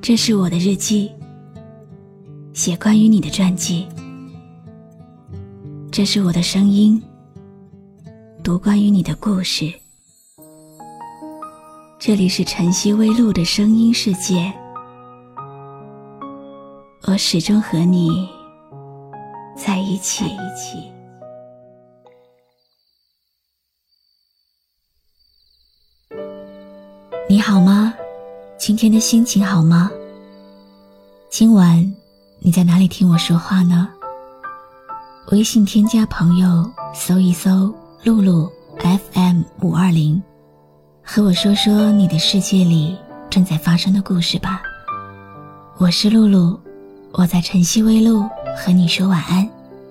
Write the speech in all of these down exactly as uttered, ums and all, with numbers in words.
这是我的日记，写关于你的传记。这是我的声音，读关于你的故事。这里是晨曦微露的声音世界，我始终和你在一起。你好吗？今天的心情好吗？今晚你在哪里听我说话呢？微信添加朋友，搜一搜露露 F M 五二零，和我说说你的世界里正在发生的故事吧。我是露露，我在晨曦微露和你说晚安。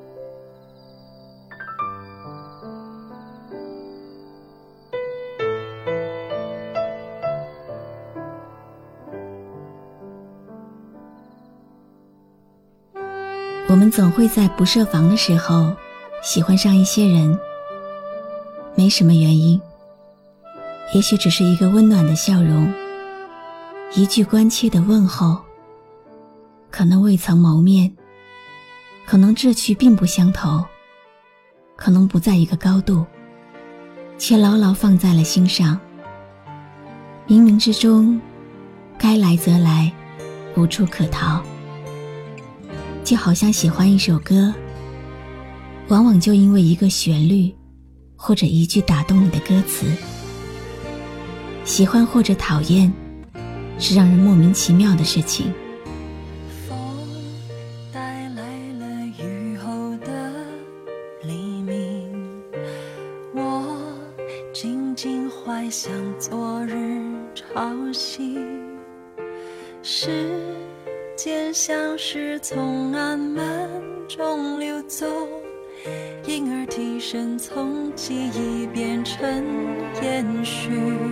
我们总会在不设防的时候喜欢上一些人，没什么原因，也许只是一个温暖的笑容，一句关切的问候，可能未曾谋面，可能志趣并不相投，可能不在一个高度，却牢牢放在了心上。冥冥之中，该来则来，无处可逃。就好像喜欢一首歌，往往就因为一个旋律或者一句打动你的歌词。喜欢或者讨厌是让人莫名其妙的事情。 风带来了雨后的黎明，我静静怀想昨日潮汐，时间像是从暗门中流走，因而替身从记忆变成延续。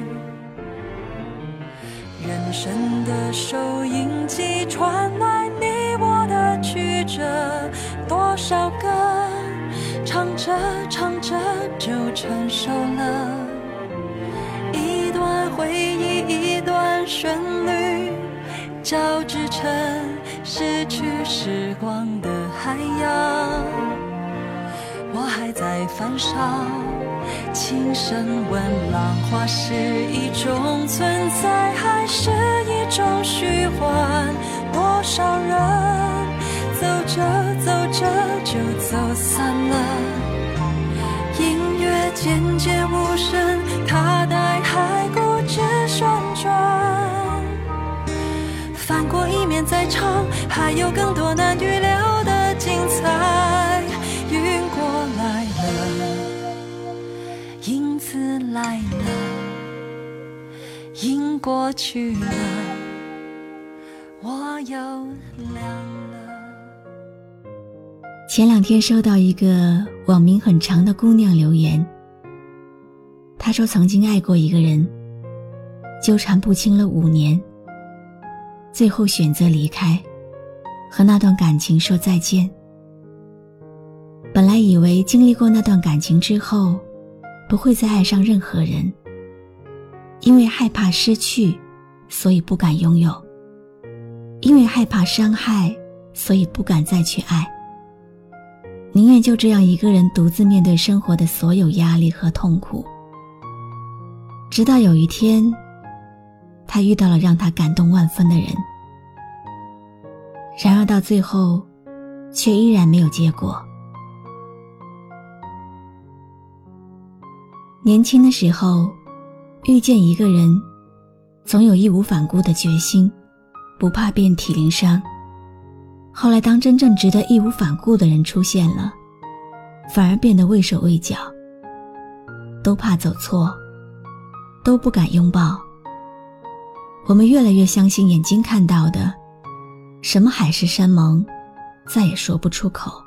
人生的收音机传来你我的曲折，多少个唱着唱着就成熟了，一段回忆一段旋律，交织成失去时光的海洋。我还在燃烧，轻声问浪花是一种存在还是一种虚幻？多少人走着走着就走散了，音乐渐渐无声，它带还固执旋转，翻过一面再唱，还有更多难预料的精彩。云过来了，影子来了，影过去了，我又亮了。 前两天收到一个网名很长的姑娘留言，她说曾经爱过一个人，纠缠不清了五年，最后选择离开，和那段感情说再见。本来以为经历过那段感情之后，不会再爱上任何人，因为害怕失去，所以不敢拥有；因为害怕伤害，所以不敢再去爱。宁愿就这样一个人独自面对生活的所有压力和痛苦。直到有一天，他遇到了让他感动万分的人，然而到最后却依然没有结果。年轻的时候遇见一个人，总有义无反顾的决心，不怕遍体鳞伤。后来当真正值得义无反顾的人出现了，反而变得畏手畏脚，都怕走错，都不敢拥抱。我们越来越相信眼睛看到的，什么海誓山盟再也说不出口。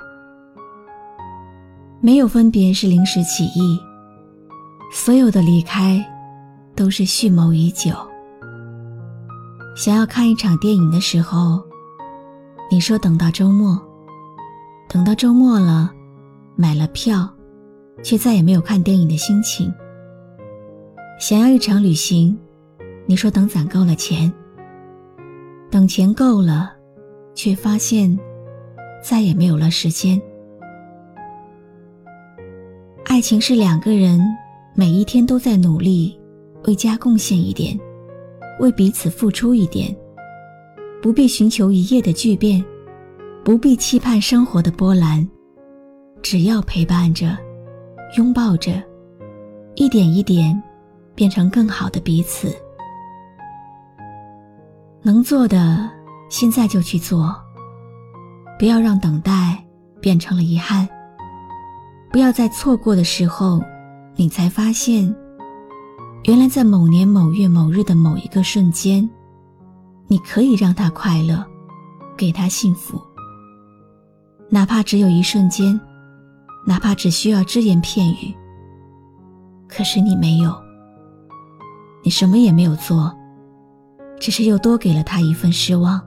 没有分别是临时起意，所有的离开都是蓄谋已久。想要看一场电影的时候，你说等到周末，等到周末了，买了票，却再也没有看电影的心情。想要一场旅行，你说等攒够了钱， 等钱够了，却发现再也没有了时间。爱情是两个人每一天都在努力，为家贡献一点，为彼此付出一点，不必寻求一夜的巨变，不必期盼生活的波澜，只要陪伴着，拥抱着，一点一点变成更好的彼此。能做的现在就去做，不要让等待变成了遗憾，不要在错过的时候你才发现，原来在某年某月某日的某一个瞬间，你可以让他快乐，给他幸福，哪怕只有一瞬间，哪怕只需要只言片语。可是你没有，你什么也没有做，只是又多给了他一份失望。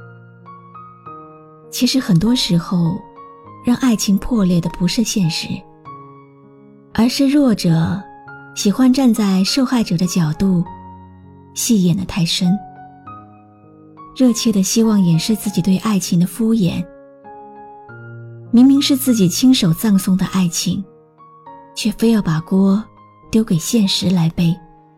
其实很多时候，让爱情破裂的不是现实，而是弱者喜欢站在受害者的角度，戏演得太深，热切的希望掩饰自己对爱情的敷衍。明明是自己亲手葬送的爱情，却非要把锅丢给现实来背。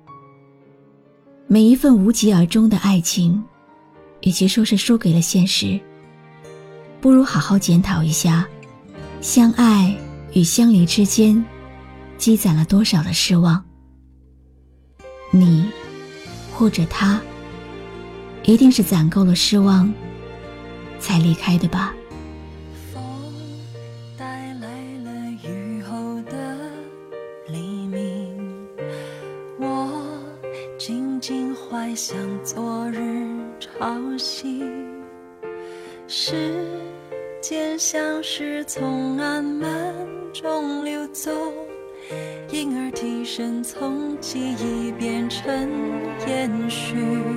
每一份无疾而终的爱情，与其说是输给了现实，不如好好检讨一下，相爱与相离之间积攒了多少的失望。你或者他，一定是攒够了失望才离开的吧。 风带来了雨后的黎明，我静静怀想昨日潮汐，时间像是从暗门中流走，因而提升从记忆变成延续。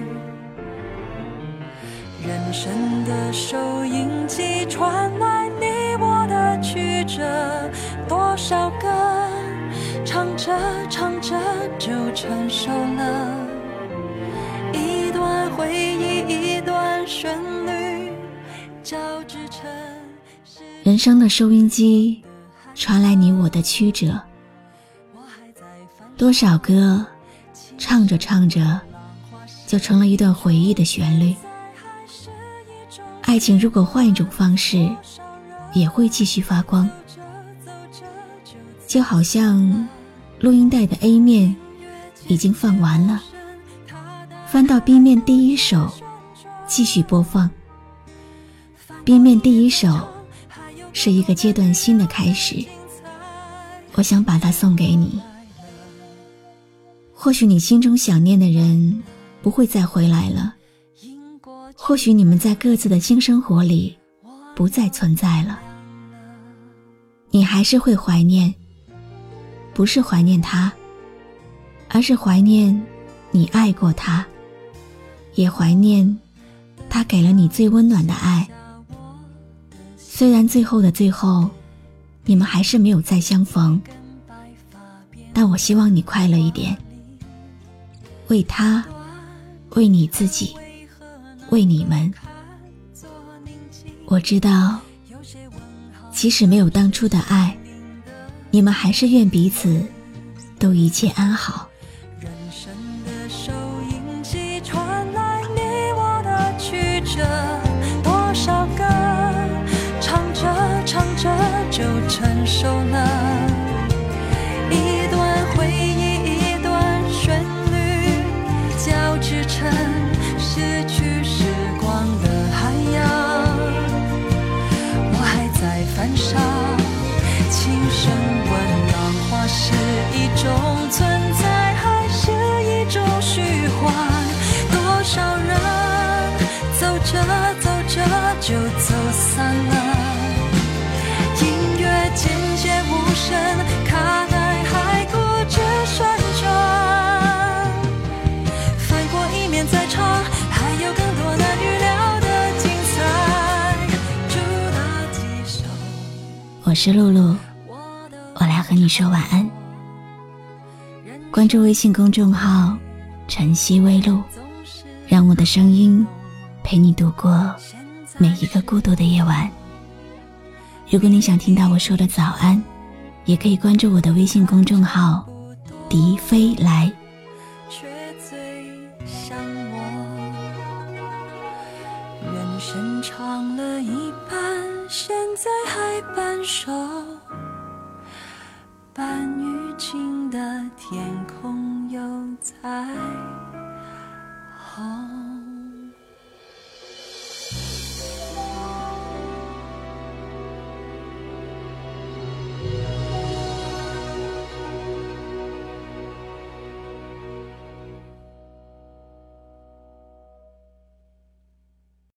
人生的收音机传来你我的曲折，多少个唱着唱着就成熟了，一段回忆一段旋律交织成。 人生的收音机传来你我的曲折，多少歌唱着唱着就成了一段回忆的旋律。爱情如果换一种方式，也会继续发光，就好像录音带的 A 面已经放完了，翻到 B 面第一首继续播放。 B 面第一首是一个阶段新的开始，我想把它送给你。或许你心中想念的人不会再回来了，或许你们在各自的新生活里不再存在了，你还是会怀念，不是怀念他，而是怀念你爱过他，也怀念他给了你最温暖的爱。虽然最后的最后，你们还是没有再相逢，但我希望你快乐一点，为他，为你自己，为你们。我知道，即使没有当初的爱，你们还是愿彼此都一切安好。 人生的收音机传来你我的曲折，多少个唱着唱着就成熟了，一段回忆一段旋律交织成失去时光的海洋。我还在燃烧，轻声温暖化是一种存在，还是一种虚幻？多少人走着走着就走散了，音乐渐渐无声，卡带还固执旋转，翻过一面再唱，还有更多难预料的精彩，主打几首。 我是露露，我来和你说晚安。关注微信公众号晨曦微露，让我的声音陪你度过每一个孤独的夜晚。如果你想听到我说的早安，也可以关注我的微信公众号迪飞来。 却最像我，人生长了一半，现在还半熟，半雨尽的天